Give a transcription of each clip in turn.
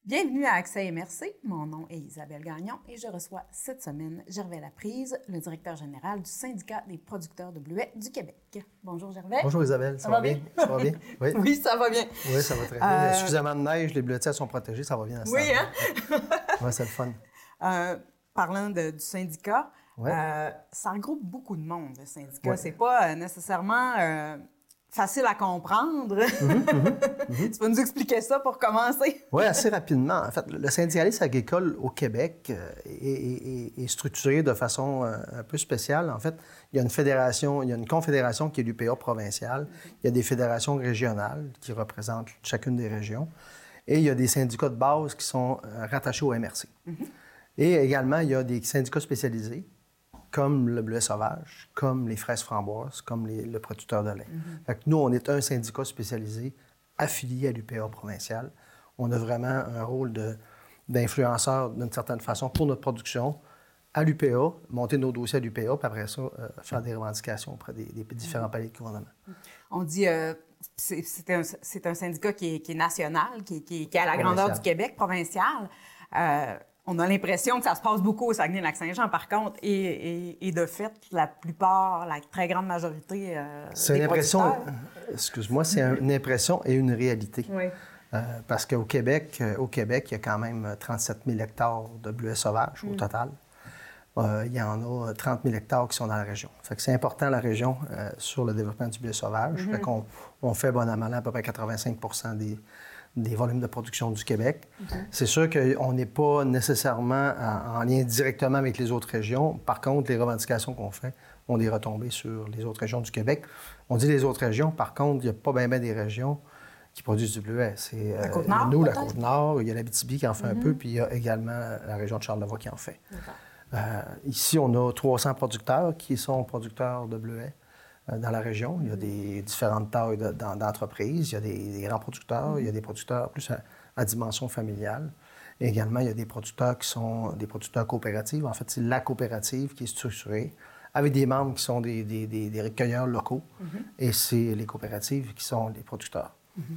Bienvenue à Accès MRC. Mon nom est Isabelle Gagnon et je reçois cette semaine Gervais Laprise, le directeur général du syndicat des producteurs de bleuets du Québec. Bonjour Gervais. Bonjour Isabelle, ça va bien? Ça va bien? Oui. Oui, ça va bien. Oui, ça va très bien. Il y a suffisamment de neige, les bleutières sont protégées, ça va bien. Oui, hein? Oui, c'est le fun. Parlant du syndicat, ça regroupe beaucoup de monde, le syndicat. C'est pas nécessairement facile à comprendre. Tu peux nous expliquer ça pour commencer? Oui, assez rapidement. En fait, le syndicalisme agricole au Québec est structuré de façon un peu spéciale. En fait, il y a une fédération, il y a une confédération qui est l'UPA provinciale. Il y a des fédérations régionales qui représentent chacune des régions. Et il y a des syndicats de base qui sont rattachés au MRC. Et également, il y a des syndicats spécialisés, comme le bleuet sauvage, comme les fraises framboises, comme le producteur de lait. Fait que nous, on est un syndicat spécialisé affilié à l'UPA provinciale. On a vraiment un rôle d'influenceur, d'une certaine façon, pour notre production à l'UPA, monter nos dossiers à l'UPA, puis après ça, faire des revendications auprès des différents paliers de gouvernement. On dit c'est un syndicat qui est national, qui est à la grandeur du Québec, provincial. On a l'impression que ça se passe beaucoup au Saguenay-Lac-Saint-Jean, par contre, et de fait, la plupart, la très grande majorité c'est une impression, excuse-moi, c'est une impression et une réalité. Oui. Parce qu'au Québec, il y a quand même 37 000 hectares de bleuets sauvages au total. Il y en a 30 000 hectares qui sont dans la région. Fait que c'est important, la région, sur le développement du bleuet sauvage. Fait qu'on fait bon an à peu près 85 des volumes de production du Québec. C'est sûr qu'on n'est pas nécessairement en lien directement avec les autres régions. Par contre, les revendications qu'on fait ont des retombées sur les autres régions du Québec. On dit les autres régions, par contre, il n'y a pas bien des régions qui produisent du bleuet. C'est la Côte-Nord, nous, la Côte-Nord, il y a l'Abitibi qui en fait un peu, puis il y a également la région de Charlevoix qui en fait. Ici, on a 300 producteurs qui sont producteurs de bleuets dans la région. Il y a des différentes tailles d'entreprises. Il y a des grands producteurs, il y a des producteurs plus à dimension familiale. Et également, il y a des producteurs qui sont des producteurs coopératifs. En fait, c'est la coopérative qui est structurée avec des membres qui sont des recueilleurs locaux. Et c'est les coopératives qui sont les producteurs.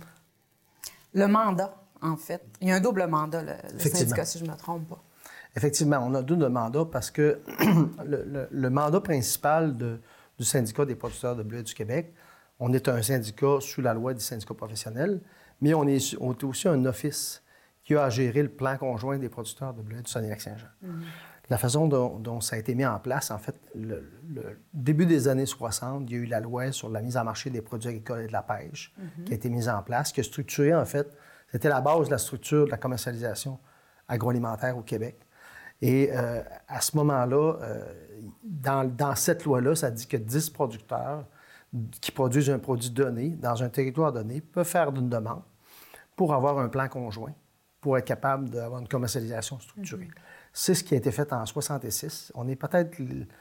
Le mandat, en fait. Il y a un double mandat, le syndicat, si je ne me trompe pas. Effectivement, on a double mandat parce que le mandat principal du syndicat des producteurs de bleuets du Québec, on est un syndicat sous la loi du syndicat professionnel, mais on est aussi un office qui a à gérer le plan conjoint des producteurs de bleuets du Saguenay-Lac-Saint-Jean. La façon dont ça a été mis en place, en fait, le début des années 60, il y a eu la loi sur la mise en marché des produits agricoles et de la pêche qui a été mise en place, qui a structuré, en fait, c'était la base de la structure de la commercialisation agroalimentaire au Québec. Et à ce moment-là, dans cette loi-là, ça dit que 10 producteurs qui produisent un produit donné, dans un territoire donné, peuvent faire une demande pour avoir un plan conjoint, pour être capable d'avoir une commercialisation structurée. C'est ce qui a été fait en 1966. On est peut-être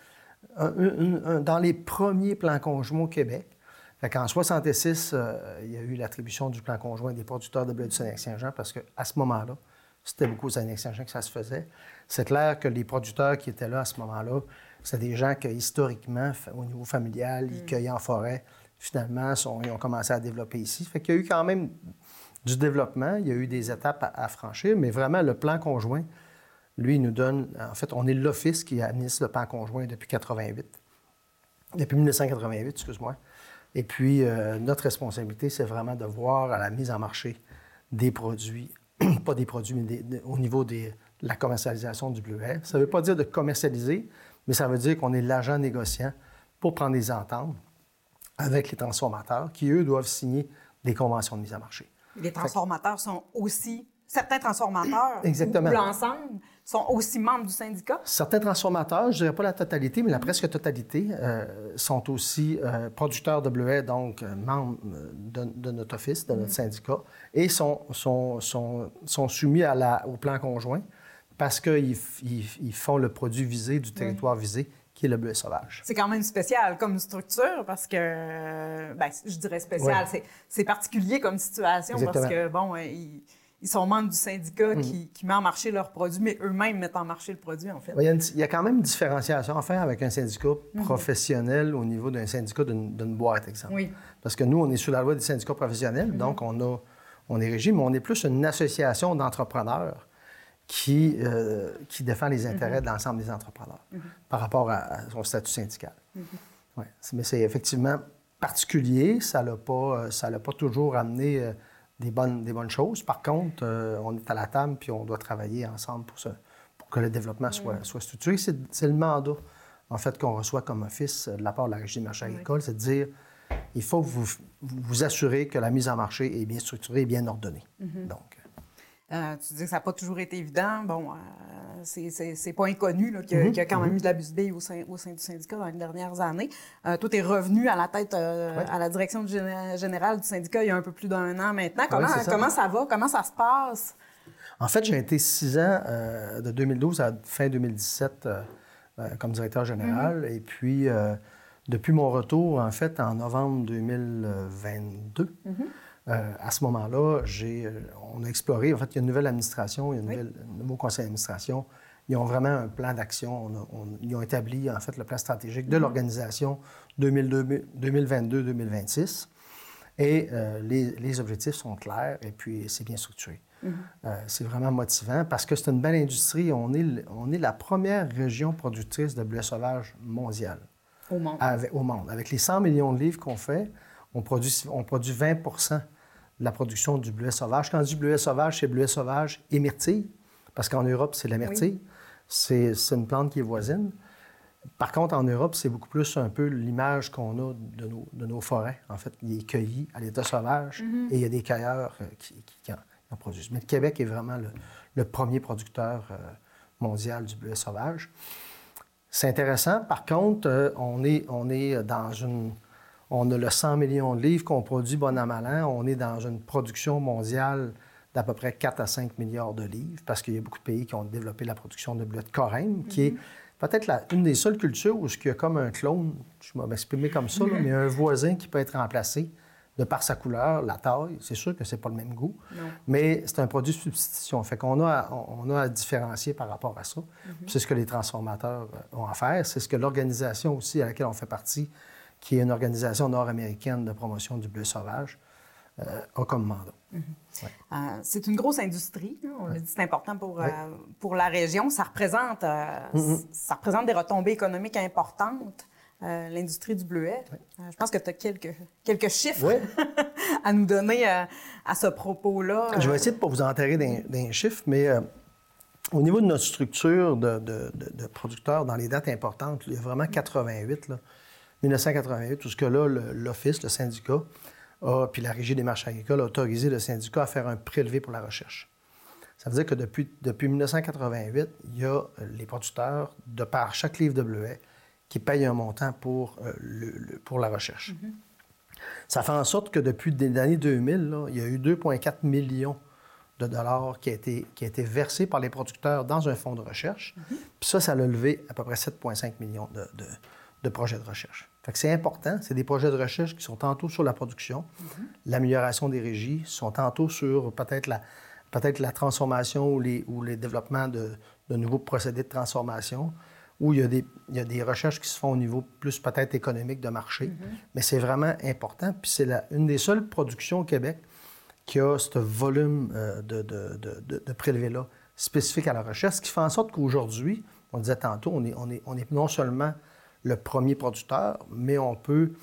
dans les premiers plans conjoints au Québec. En 1966, il y a eu l'attribution du plan conjoint des producteurs de bleuets du Saguenay-Lac-Saint-Jean parce qu'à ce moment-là, c'était beaucoup au Saguenay-Lac-Saint-Jean que ça se faisait. C'est clair que les producteurs qui étaient là à ce moment-là, c'était des gens qui, historiquement, au niveau familial, ils cueillaient en forêt. Finalement, ils ont commencé à développer ici. Fait qu'il y a eu quand même du développement, il y a eu des étapes à franchir, mais vraiment, le plan conjoint, lui, il nous donne... En fait, on est l'office qui administre le plan conjoint depuis 1988, excuse-moi. Et puis, notre responsabilité, c'est vraiment de voir à la mise en marché des produits, pas des produits, mais au niveau de la commercialisation du bleuet. Ça ne veut pas dire de commercialiser, mais ça veut dire qu'on est l'agent négociant pour prendre des ententes avec les transformateurs qui, eux, doivent signer des conventions de mise en marché. Les transformateurs sont aussi... Certains transformateurs, exactement, ou l'ensemble, sont aussi membres du syndicat? Certains transformateurs, je ne dirais pas la totalité, mais la presque totalité, sont aussi producteurs de bleuets, donc membres de notre office, de notre syndicat, et sont soumis au plan conjoint parce qu'ils font le produit visé du territoire visé, qui est le bleuet sauvage. C'est quand même spécial comme structure parce que, je dirais spécial, c'est particulier comme situation. Exactement. Parce que, bon, ils sont membres du syndicat qui met en marché leurs produits, mais eux-mêmes mettent en marché le produit, en fait. Il y a quand même une différenciation à faire avec un syndicat professionnel au niveau d'un syndicat d'une boîte, exemple. Oui. Parce que nous, on est sous la loi des syndicats professionnels, donc on on est régi, mais on est plus une association d'entrepreneurs qui défend les intérêts de l'ensemble des entrepreneurs par rapport à son statut syndical. Ouais. Mais c'est effectivement particulier, ça l'a pas toujours amené des bonnes choses. Par contre, on est à la table puis on doit travailler ensemble pour que le développement soit structuré. C'est le mandat, en fait, qu'on reçoit comme office de la part de la Régie des marchés agricoles, c'est de dire il faut que vous assurez que la mise en marché est bien structurée et bien ordonnée. Donc, tu dis que ça n'a pas toujours été évident. Bon, c'est pas inconnu là, qu'il y a quand même eu de la bisbille au sein du syndicat dans les dernières années. Toi, tu es revenu à la tête, à la direction générale du syndicat il y a un peu plus d'1 an maintenant. Comment ça va? Comment ça se passe? En fait, j'ai été 6 ans, de 2012 à fin 2017, comme directeur général. Et puis, depuis mon retour, en fait, en novembre 2022, à ce moment-là, on a exploré. En fait, il y a une nouvelle administration, il y a un nouveau conseil d'administration. Ils ont vraiment un plan d'action. Ils ont établi, en fait, le plan stratégique de l'organisation 2022-2026. Et les objectifs sont clairs et puis c'est bien structuré. C'est vraiment motivant parce que c'est une belle industrie. On est la première région productrice de bleuets sauvages mondiale. Au monde. Au monde. Avec les 100 millions de livres qu'on fait, on produit 20 % de la production du bleuet sauvage. Quand je dis bleuet sauvage, c'est bleuet sauvage et myrtille, parce qu'en Europe, c'est la myrtille. Oui. C'est une plante qui est voisine. Par contre, en Europe, c'est beaucoup plus un peu l'image qu'on a de nos forêts. En fait, il est cueilli à l'état sauvage et il y a des cueilleurs qui en produisent. Mais le Québec est vraiment le premier producteur mondial du bleuet sauvage. C'est intéressant. Par contre, on est dans une... On a le 100 millions de livres qu'on produit bon an, mal an. On est dans une production mondiale d'à peu près 4 à 5 milliards de livres parce qu'il y a beaucoup de pays qui ont développé la production de bleuets de carême, qui est peut-être une des seules cultures où il y a comme un clone, je vais m'exprimer comme ça, là, mais un voisin qui peut être remplacé de par sa couleur, la taille. C'est sûr que c'est pas le même goût, mais c'est un produit de substitution. Fait qu'on a à différencier par rapport à ça. C'est ce que les transformateurs ont à faire. C'est ce que l'organisation aussi à laquelle on fait partie, qui est une organisation nord-américaine de promotion du bleuet sauvage, a comme mandat. C'est une grosse industrie. Là. On l'a dit, c'est important pour la région. Ça représente des retombées économiques importantes, l'industrie du bleuet. Je pense que tu as quelques chiffres à nous donner à ce propos-là. Je vais essayer de ne pas vous enterrer d'un chiffre, mais au niveau de notre structure de producteurs dans les dates importantes, il y a vraiment 1988, tout ce que là, l'Office, le syndicat, puis la Régie des marchés agricoles a autorisé le syndicat à faire un prélevé pour la recherche. Ça veut dire que depuis 1988, il y a les producteurs, de par chaque livre de bleuet, qui payent un montant pour la recherche. Ça fait en sorte que depuis les années 2000, là, il y a eu 2,4 millions de dollars qui a été versés par les producteurs dans un fonds de recherche. Puis ça a levé à peu près 7,5 millions de projets de recherche. Fait que c'est important. C'est des projets de recherche qui sont tantôt sur la production, l'amélioration des régies, sont tantôt sur peut-être la transformation ou les développements de nouveaux procédés de transformation, où il y a des recherches qui se font au niveau plus peut-être économique de marché. Mais c'est vraiment important. Puis c'est une des seules productions au Québec qui a ce volume de prélevés-là spécifique à la recherche, ce qui fait en sorte qu'aujourd'hui, on disait tantôt, on est non seulement le premier producteur, mais on peut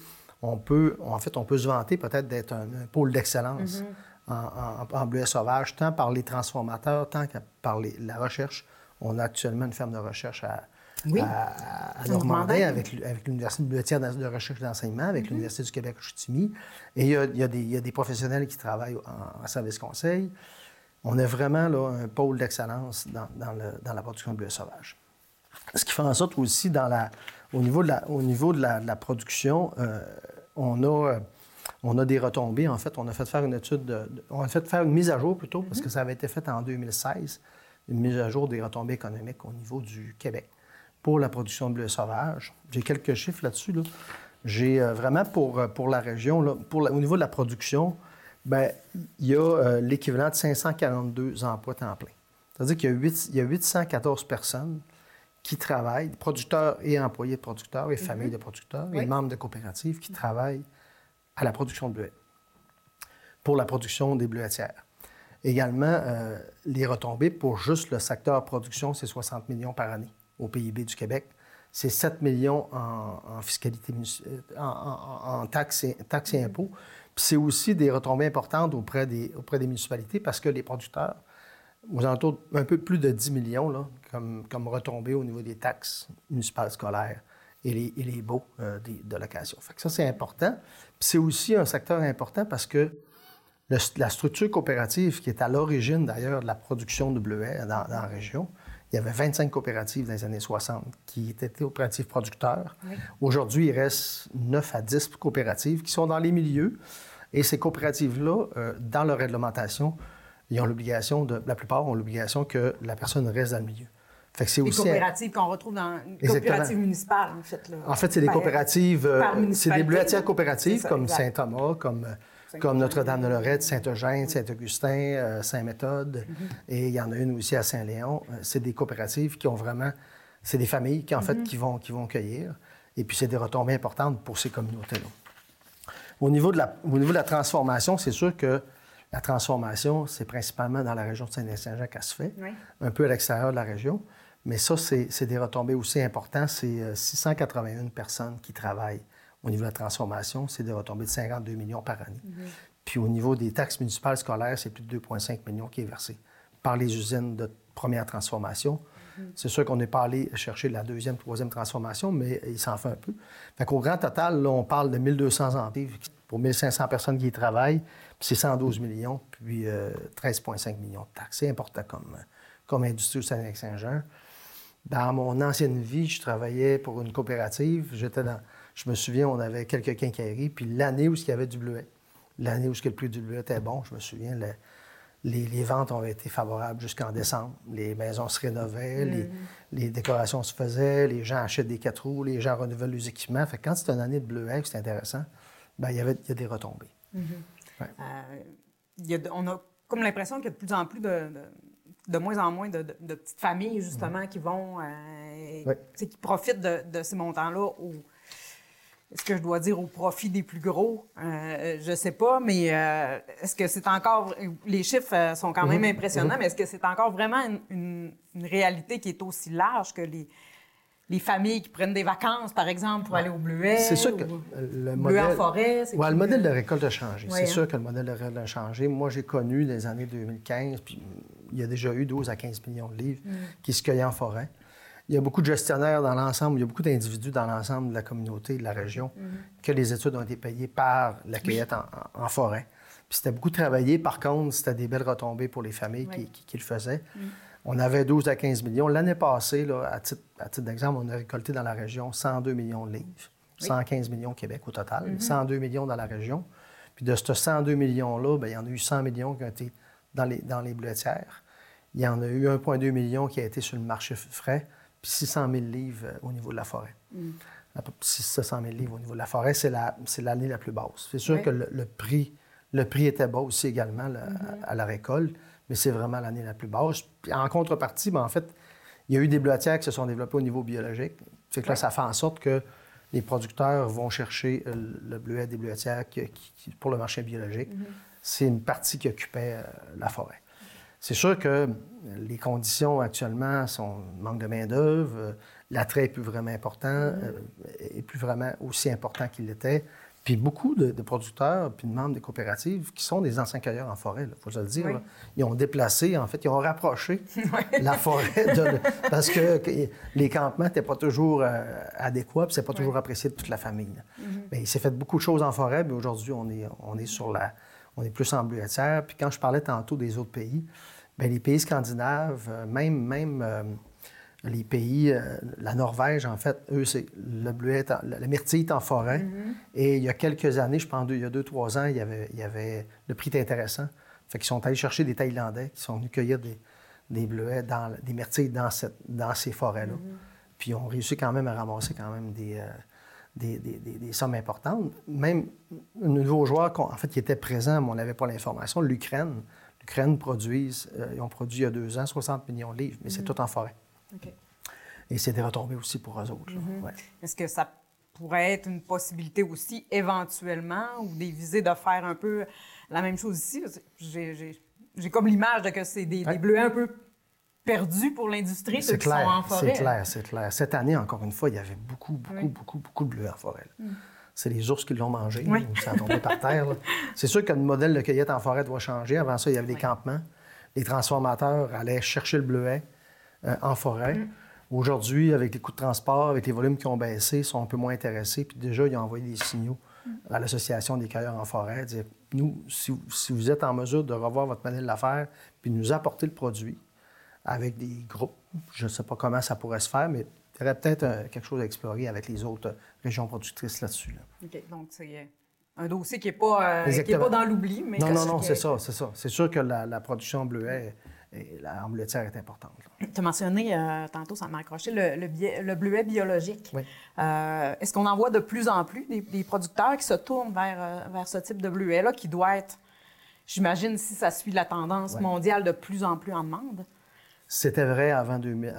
se vanter peut-être d'être un pôle d'excellence en bleuet sauvage, tant par les transformateurs, tant que par la recherche. On a actuellement une ferme de recherche à Normandin avec l'Université bleuetière de recherche et d'enseignement, avec l'Université du Québec à Chicoutimi. Et il y a des professionnels qui travaillent en service conseil. On a vraiment là, un pôle d'excellence dans la production de bleuet sauvage. Ce qui fait en sorte aussi, au niveau de la production, on a des retombées. En fait, on a fait faire une mise à jour plutôt, parce que ça avait été fait en 2016, une mise à jour des retombées économiques au niveau du Québec pour la production de bleuet sauvage. J'ai quelques chiffres là-dessus. Là. J'ai vraiment pour la région, là, au niveau de la production, bien, il y a l'équivalent de 542 emplois temps plein. C'est-à-dire qu'il y a 814 personnes qui travaillent, producteurs et employés de producteurs et familles de producteurs et membres de coopératives qui travaillent à la production de bleuets. pour la production des bleuetières. Également, les retombées pour juste le secteur production, c'est 60 millions par année au PIB du Québec. C'est 7 millions en fiscalité, en taxes et impôts. Puis c'est aussi des retombées importantes auprès des municipalités parce que les producteurs, aux alentours un peu plus de 10 millions là, comme retombées au niveau des taxes municipales scolaires et les baux de location. Fait que ça, c'est important. Puis c'est aussi un secteur important parce que la structure coopérative qui est à l'origine, d'ailleurs, de la production de bleuets dans la région, il y avait 25 coopératives dans les années 60 qui étaient coopératives producteurs. Oui. Aujourd'hui, il reste 9 à 10 coopératives qui sont dans les milieux. Et ces coopératives-là, dans leur réglementation, ils ont l'obligation, la plupart ont l'obligation que la personne reste dans le milieu. Fait que c'est les aussi coopératives qu'on retrouve dans les coopératives municipales, en fait. Là. En fait, c'est des coopératives, c'est des bleuetières coopératives comme Saint-Thomas, comme Notre-Dame-de-Lorette, Saint-Eugène, Saint-Augustin, Saint-Méthode. Et il y en a une aussi à Saint-Léon. C'est des coopératives qui ont vraiment... C'est des familles qui, en fait, qui vont cueillir. Et puis, c'est des retombées importantes pour ces communautés-là. Au niveau de la transformation, c'est sûr que la transformation, c'est principalement dans la région de Saint-Saint-Jean qu'elle se fait, un peu à l'extérieur de la région. Mais ça, c'est des retombées aussi importantes. C'est 681 personnes qui travaillent au niveau de la transformation. C'est des retombées de 52 millions par année. Puis au niveau des taxes municipales scolaires, c'est plus de 2,5 millions qui est versé par les usines de première transformation. C'est sûr qu'on n'est pas allé chercher la deuxième, troisième transformation, mais il s'en fait un peu. Fait qu'au grand total, là, on parle de 1200 emplois pour 1500 personnes qui y travaillent, puis c'est 112 millions, puis 13,5 millions de taxes. C'est important comme industrie au Saguenay-Lac-Saint-Jean. Dans mon ancienne vie, je travaillais pour une coopérative. Je me souviens, on avait quelques quincailleries, puis l'année où il y avait du bleuet, l'année où le prix du bleuet était bon, je me souviens, les ventes ont été favorables jusqu'en décembre. Les maisons se rénovaient, les décorations se faisaient, les gens achètent des 4 roues, les gens renouvellent leurs équipements. Fait que quand c'est une année de bleuet, c'est intéressant, bien, il y a des retombées. On a comme l'impression qu'il y a de plus en plus de moins en moins de petites familles, justement, qui vont... qui profitent de ces montants-là est-ce que je dois dire au profit des plus gros? Je ne sais pas, mais est-ce que c'est encore... Les chiffres sont quand même impressionnants, mais est-ce que c'est encore vraiment une réalité qui est aussi large que les familles qui prennent des vacances, par exemple, pour aller au bleuet? C'est sûr que le modèle... Bleuet en forêt, c'est le modèle de récolte a changé. C'est sûr que le modèle de récolte a changé. Moi, j'ai connu dans les années 2015, puis il y a déjà eu 12 à 15 millions de livres qui se cueillaient en forêt. Il y a beaucoup de gestionnaires dans l'ensemble, il y a beaucoup d'individus dans l'ensemble de la communauté, de la région, que les études ont été payées par la cueillette en forêt. Puis c'était beaucoup travaillé. Par contre, c'était des belles retombées pour les familles qui le faisaient. On avait 12 à 15 millions. L'année passée, là, à titre d'exemple, on a récolté dans la région 102 millions de livres, 115 millions au Québec au total, 102 millions dans la région. Puis de ce 102 millions-là, bien, il y en a eu 100 millions qui ont été dans les bleuetières. Il y en a eu 1,2 million qui a été sur le marché frais, puis 600 000 livres au niveau de la forêt. 600 000 livres au niveau de la forêt, c'est l'année la plus basse. C'est sûr que le prix était bas aussi également à la récolte, mais c'est vraiment l'année la plus basse. Puis en contrepartie, bien, en fait, il y a eu des bleuetières qui se sont développées au niveau biologique. Fait que là, ça fait en sorte que les producteurs vont chercher le bleuet des bleuetières pour le marché biologique. C'est une partie qui occupait la forêt. C'est sûr que les conditions actuellement sont manque de main-d'œuvre, l'attrait est plus vraiment important, est plus vraiment aussi important qu'il l'était. Puis beaucoup de producteurs puis de membres des coopératives qui sont des anciens cueilleurs en forêt, il faut se le dire. Là, ils ont déplacé, en fait, ils ont rapproché la forêt parce que les campements n'étaient pas toujours adéquats, puis c'est pas toujours apprécié de toute la famille. Mais il s'est fait beaucoup de choses en forêt, mais aujourd'hui, on est plus en bleuetière. Puis quand je parlais tantôt des autres pays, bien, les pays scandinaves, même les pays, la Norvège, en fait, eux, c'est le bleuet, la myrtille est en forêt. Et il y a quelques années, je pense, il y a 2-3 ans, il y avait le prix était intéressant. Fait qu'ils sont allés chercher des Thaïlandais qui sont venus cueillir des bleuets, des myrtilles dans ces forêts-là. Puis ils ont réussi quand même à ramasser quand même des sommes importantes. Même un nouveau joueur, en fait, qui était présent, mais on n'avait pas l'information, l'Ukraine. L'Ukraine ils ont produit il y a 2 ans 60 millions de livres, mais c'est tout en forêt. Et c'est des retombées aussi pour eux autres. Est-ce que ça pourrait être une possibilité aussi éventuellement, ou des visées de faire un peu la même chose ici. J'ai comme l'image de que c'est des bleuets un peu perdus pour l'industrie, ceux qui sont en forêt. C'est clair. Cette année, encore une fois, il y avait beaucoup de bleuets en forêt. C'est les ours qui l'ont mangé, ça a tombé par terre. Là. C'est sûr que le modèle de cueillette en forêt doit changer. Avant ça, il y avait des campements. Les transformateurs allaient chercher le bleuet en forêt. Aujourd'hui, avec les coûts de transport, avec les volumes qui ont baissé, ils sont un peu moins intéressés. Puis déjà, ils ont envoyé des signaux à l'Association des cueilleurs en forêt, dire, nous, si vous êtes en mesure de revoir votre modèle d'affaires puis de nous apporter le produit avec des groupes, je ne sais pas comment ça pourrait se faire, mais il y aurait peut-être quelque chose à explorer avec les autres régions productrices là-dessus. Là. OK. Donc, c'est un dossier qui n'est pas dans l'oubli. Mais non, c'est ça. C'est sûr que la production bleuet en bleutière est importante. Tu as mentionné tantôt, ça m'a accroché, le bleuet biologique. Oui. Est-ce qu'on en voit de plus en plus des producteurs qui se tournent vers ce type de bleuet-là, qui doit être, j'imagine, si ça suit la tendance mondiale, de plus en plus en demande? C'était vrai avant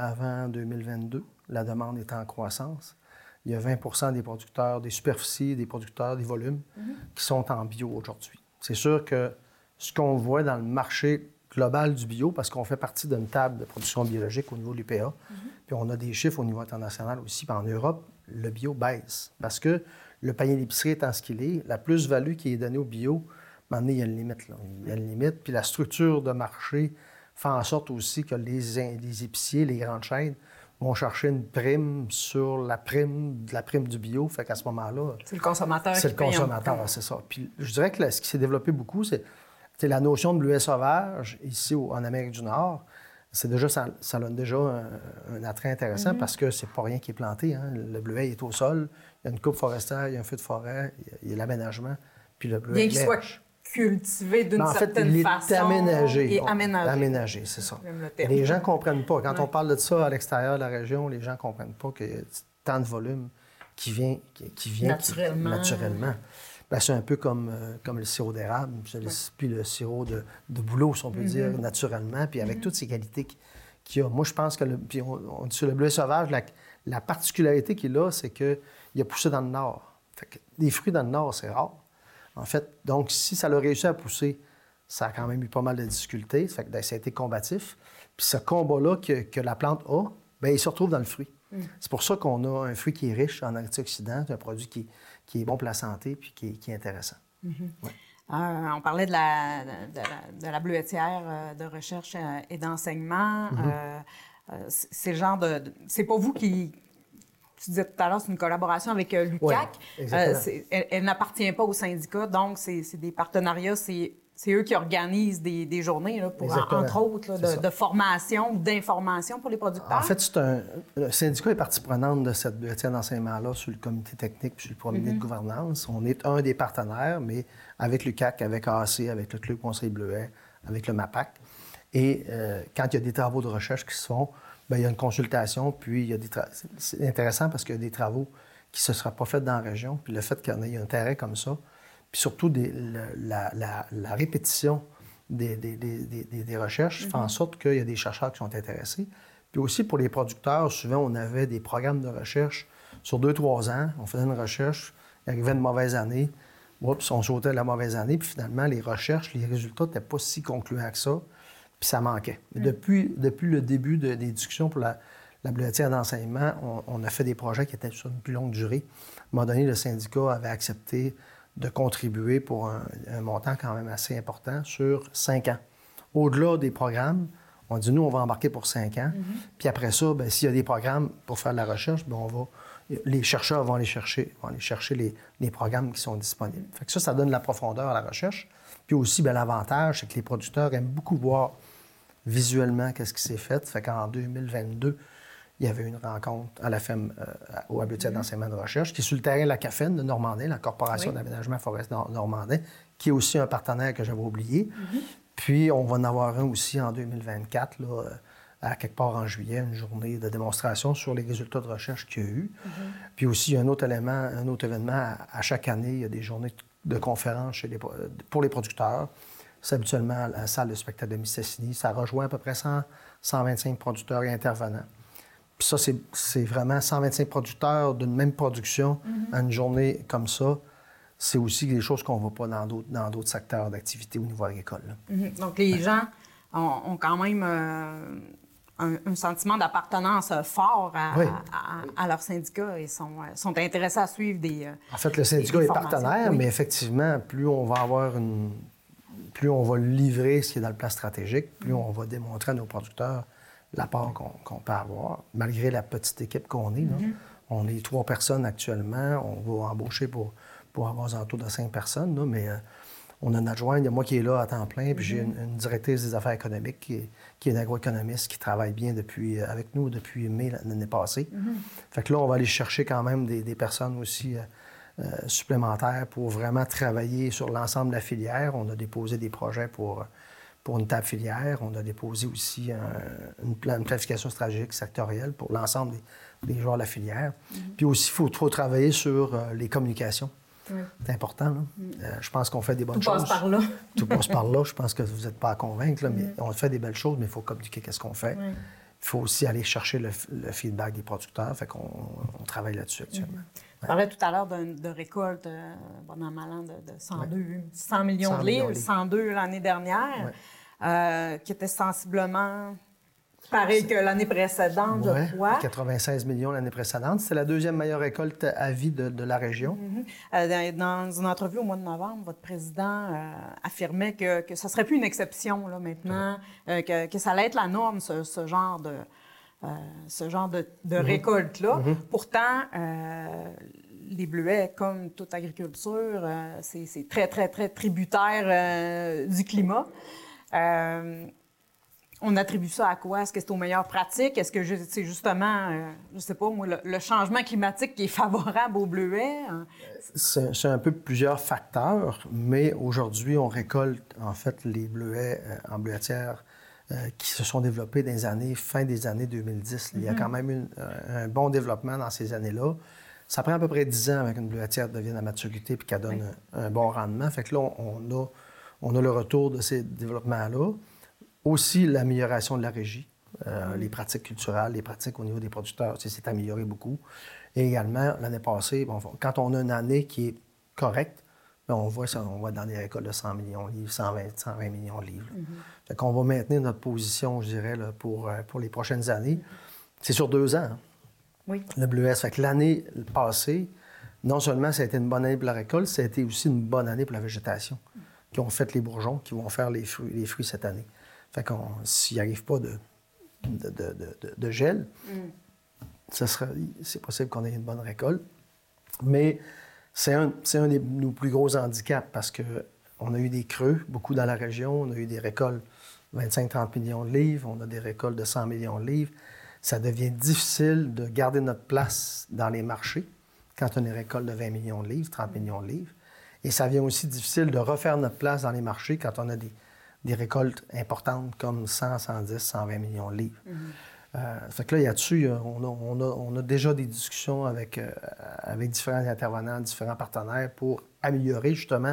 2022. La demande est en croissance. Il y a 20 des producteurs, des superficies, des producteurs, des volumes qui sont en bio aujourd'hui. C'est sûr que ce qu'on voit dans le marché global du bio, parce qu'on fait partie d'une table de production biologique au niveau de l'UPA, puis on a des chiffres au niveau international aussi. Puis en Europe, le bio baisse parce que le panier d'épicerie étant ce qu'il est, la plus-value qui est donnée au bio, à un moment donné, il y a une limite. Là. Il y a une limite. Puis la structure de marché fait en sorte aussi que les épiciers, les grandes chaînes, vont chercher une prime sur la prime du bio. Fait qu'à ce moment-là... C'est le consommateur C'est le consommateur, c'est ça. Puis je dirais que ce qui s'est développé beaucoup, c'est la notion de bleuet sauvage, ici en Amérique du Nord. Ça a déjà un attrait intéressant parce que c'est pas rien qui est planté. Hein. Le bleuet il est au sol, il y a une coupe forestière, il y a un feu de forêt, il y a l'aménagement, puis le bleuet... Bien qu'il soit cultivé d'une certaine façon. Et aménagé, c'est ça. Les gens ne comprennent pas. Quand on parle de ça à l'extérieur de la région, les gens ne comprennent pas qu'il y a tant de volume qui vient naturellement. Bien, c'est un peu comme le sirop d'érable, puis le sirop de bouleau, si on peut dire, naturellement, puis avec toutes ces qualités qu'il y a. Moi, je pense que on dit sur le bleuet sauvage, la particularité qu'il a, c'est qu'il a poussé dans le Nord. Fait que des fruits dans le Nord, c'est rare. En fait, donc, si ça l'a réussi à pousser, ça a quand même eu pas mal de difficultés. Ça fait que ça a été combatif. Puis ce combat-là que la plante a, bien, il se retrouve dans le fruit. C'est pour ça qu'on a un fruit qui est riche en antioxydants, un produit qui est bon pour la santé puis qui est intéressant. Ouais. On parlait de la bleuetière de recherche et d'enseignement. C'est le genre de... C'est pas vous qui... Tu disais tout à l'heure, c'est une collaboration avec l'UQAC. Elle n'appartient pas au syndicat, donc c'est des partenariats. C'est eux qui organisent des journées là, pour, entre autres, là, de formation ou d'information pour les producteurs. En fait, le syndicat est partie prenante de cette bleuetière d'enseignement-là sur le comité technique puis sur le comité de gouvernance. On est un des partenaires, mais avec l'UQAC, avec AC, avec le Club Conseil Bleuet, avec le MAPAC. Et quand il y a des travaux de recherche qui se font, bien, il y a une consultation, puis il y a c'est intéressant parce qu'il y a des travaux qui ne se seraient pas faits dans la région, puis le fait qu'il y ait un terrain comme ça, puis surtout la répétition des recherches fait en sorte qu'il y a des chercheurs qui sont intéressés. Puis aussi, pour les producteurs, souvent, on avait des programmes de recherche sur 2-3 ans. On faisait une recherche, il arrivait une mauvaise année, oups, on sautait la mauvaise année, puis finalement, les recherches, les résultats n'étaient pas si concluants que ça. Puis ça manquait. Mais depuis le début des discussions pour la bleuetière d'enseignement, on a fait des projets qui étaient sur une plus longue durée. À un moment donné, le syndicat avait accepté de contribuer pour un montant quand même assez important sur 5 ans. Au-delà des programmes, on dit, nous, on va embarquer pour 5 ans. Puis après ça, bien, s'il y a des programmes pour faire de la recherche, bien, les chercheurs vont aller chercher les programmes qui sont disponibles. Fait que ça donne de la profondeur à la recherche. Puis aussi, bien, l'avantage, c'est que les producteurs aiment beaucoup voir visuellement qu'est-ce qui s'est fait. Fait qu'en 2022, il y avait une rencontre à la FEM, au bleuetière d'enseignement de recherche, qui est sur le terrain de la CAFEN de Normandin, la Corporation d'aménagement forestier Normandin, qui est aussi un partenaire que j'avais oublié. Puis, on va en avoir un aussi en 2024, là, à quelque part en juillet, une journée de démonstration sur les résultats de recherche qu'il y a eu. Puis aussi, il y a un autre événement. À chaque année, il y a des journées de conférences pour les producteurs. C'est habituellement la salle de spectacle de Mistassini. Ça rejoint à peu près 125 producteurs et intervenants. Puis ça, c'est vraiment 125 producteurs d'une même production à une journée comme ça. C'est aussi des choses qu'on ne voit pas dans d'autres secteurs d'activité au niveau agricole. Donc, les gens ont quand même un sentiment d'appartenance fort à leur syndicat et sont intéressés à suivre des En fait, le syndicat est partenaire, mais effectivement, plus on va livrer ce qui est dans le plan stratégique, plus on va démontrer à nos producteurs l'apport qu'on peut avoir, malgré la petite équipe qu'on est. Là. On est 3 personnes actuellement. On va embaucher pour avoir un taux de 5 personnes, là, mais on a une adjointe, il y a moi qui est là à temps plein, puis j'ai une directrice des affaires économiques qui est une agroéconomiste qui travaille bien avec nous depuis mai l'année passée. Fait que là, on va aller chercher quand même des personnes aussi supplémentaires pour vraiment travailler sur l'ensemble de la filière. On a déposé des projets pour une table filière. On a déposé aussi une planification stratégique sectorielle pour l'ensemble des joueurs de la filière. Puis aussi, il faut travailler sur les communications. Oui. C'est important. Là. Je pense qu'on fait des bonnes choses. Tout passe par là. Tout passe par là. Je pense que vous n'êtes pas à convaincre, là, mais on fait des belles choses, mais il faut communiquer qu'est-ce qu'on fait. Il faut aussi aller chercher le feedback des producteurs. Fait qu'on travaille là-dessus actuellement. Tu parlais tout à l'heure de récolte, bon an, mal an, de 100 millions de livres, 102 l'année dernière, qui était sensiblement pareil que l'année précédente, je crois. 96 millions l'année précédente. C'était la 2e meilleure récolte à vie de la région. Dans une entrevue au mois de novembre, votre président affirmait que ça ne serait plus une exception là, maintenant, que ça allait être la norme, ce genre de récolte-là. Pourtant, les bleuets, comme toute agriculture, c'est très, très, très tributaire du climat. On attribue ça à quoi? Est-ce que c'est aux meilleures pratiques? Est-ce que c'est justement, je ne sais pas, moi, le changement climatique qui est favorable aux bleuets? C'est un peu plusieurs facteurs, mais aujourd'hui, on récolte en fait les bleuets en bleuetière qui se sont développés dans fin des années 2010. Il y a quand même eu un bon développement dans ces années-là. Ça prend à peu près 10 ans avec une bleuetière devienne à maturité puis qu'elle donne un bon rendement. Fait que là, on a le retour de ces développements-là. Aussi, l'amélioration de la régie, les pratiques culturelles, les pratiques au niveau des producteurs, c'est amélioré beaucoup. Et également, l'année passée, quand on a une année qui est correcte, on voit dans des récoltes de 100 millions de livres, 120 millions de livres. Fait qu'on va maintenir notre position, je dirais, là, pour les prochaines années. C'est sur 2 ans, le bleuet. Fait que l'année passée, non seulement ça a été une bonne année pour la récolte, ça a été aussi une bonne année pour la végétation, qui ont fait les bourgeons, qui vont faire les fruits cette année. Fait qu'on, s'il n'y arrive pas de gel, c'est possible qu'on ait une bonne récolte. Mais c'est un de nos plus gros handicaps parce qu'on a eu des creux, beaucoup dans la région. On a eu des récoltes de 25-30 millions de livres. On a des récoltes de 100 millions de livres. Ça devient difficile de garder notre place dans les marchés quand on a une récolte de 20 millions de livres, 30 millions de livres. Et ça devient aussi difficile de refaire notre place dans les marchés quand on a des récoltes importantes comme 100, 110, 120 millions de livres. Fait que là, là-dessus, on a déjà des discussions avec différents intervenants, différents partenaires pour améliorer justement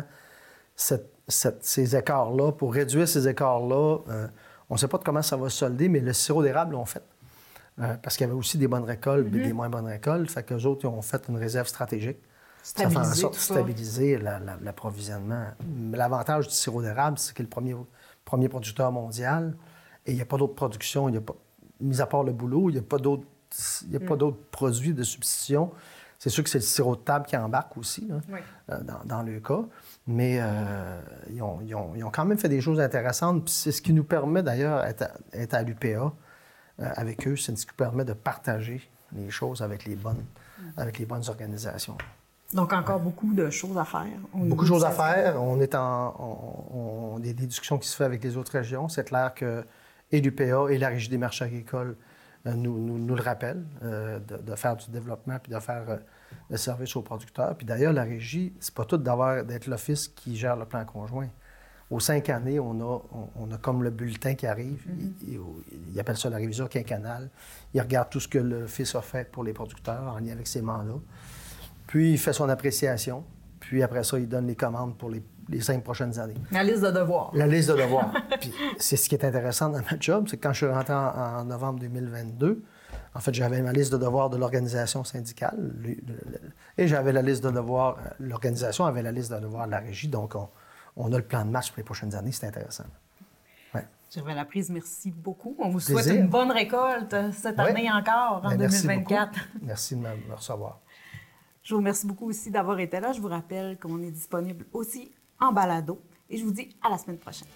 ces écarts-là, pour réduire ces écarts-là. On ne sait pas de comment ça va se solder, mais le sirop d'érable l'ont fait. Parce qu'il y avait aussi des bonnes récoltes et des moins bonnes récoltes. Fait qu'eux autres, ils ont fait une réserve stratégique. Ça fait en sorte de stabiliser l'approvisionnement. L'avantage du sirop d'érable, c'est qu'il est le premier producteur mondial et il n'y a pas d'autres productions. Mis à part le bouleau, il n'y a pas d'autres produits de substitution. C'est sûr que c'est le sirop de table qui embarque aussi, là, dans le cas. Mais ils ont quand même fait des choses intéressantes. Puis c'est ce qui nous permet d'ailleurs d'être à l'UPA avec eux. C'est ce qui nous permet de partager les choses avec les bonnes organisations. Donc, encore beaucoup de choses à faire. Beaucoup de choses à faire. On est on a des discussions qui se font avec les autres régions. C'est clair que et l'UPA et la Régie des marchés agricoles nous le rappellent, de faire du développement puis de faire le service aux producteurs. Puis d'ailleurs, la Régie, c'est pas tout d'être l'office qui gère le plan conjoint. Aux 5 années, on a comme le bulletin qui arrive. Il appelle ça la révision quinquennale. Il regarde tout ce que l'office a fait pour les producteurs en lien avec ses mandats. Puis, il fait son appréciation. Puis, après ça, il donne les commandes pour les 5 prochaines années. La liste de devoirs. La liste de devoirs. Puis, c'est ce qui est intéressant dans notre job, c'est que quand je suis rentré en novembre 2022, En fait, j'avais ma liste de devoirs de l'organisation syndicale et j'avais la liste de devoirs... L'organisation avait la liste de devoirs de la régie, donc on a le plan de match pour les prochaines années. C'est intéressant. Ouais. Gervais Laprise, merci beaucoup. On vous souhaite une bonne récolte cette année encore, en 2024. Merci de me recevoir. Je vous remercie beaucoup aussi d'avoir été là. Je vous rappelle qu'on est disponible aussi en balado. Et je vous dis à la semaine prochaine.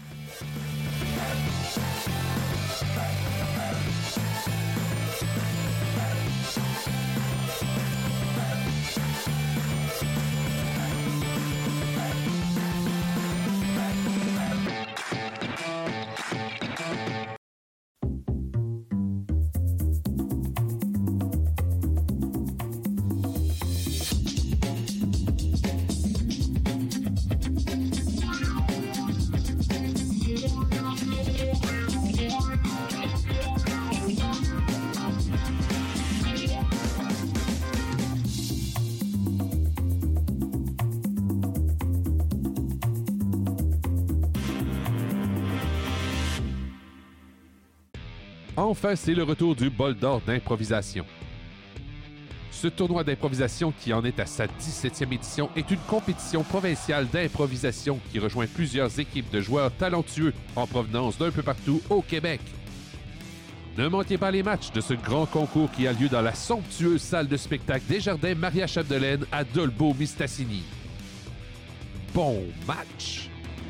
Enfin, c'est le retour du bol d'or d'improvisation. Ce tournoi d'improvisation, qui en est à sa 17e édition, est une compétition provinciale d'improvisation qui rejoint plusieurs équipes de joueurs talentueux en provenance d'un peu partout au Québec. Ne manquez pas les matchs de ce grand concours qui a lieu dans la somptueuse salle de spectacle des Jardins Maria-Chapdelaine à Dolbeau-Mistassini. Bon match!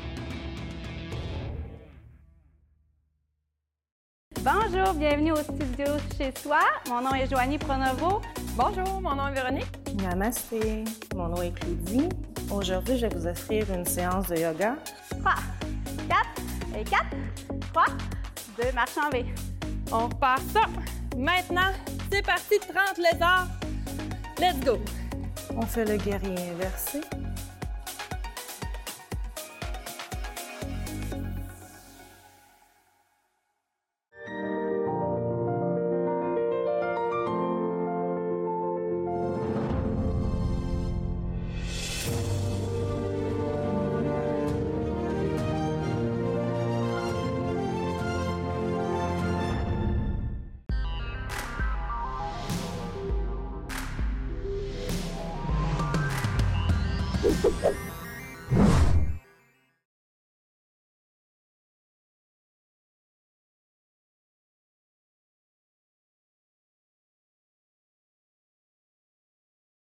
Bonjour, bienvenue au studio Chez Soi. Mon nom est Joanie Pronovo. Bonjour, mon nom est Véronique. Namasté, mon nom est Claudie. Aujourd'hui, je vais vous offrir une séance de yoga. 3, 4, et 4, 3, 2, marche en V. On repart ça. Maintenant, c'est parti, 30 lézards. Let's go. On fait le guerrier inversé.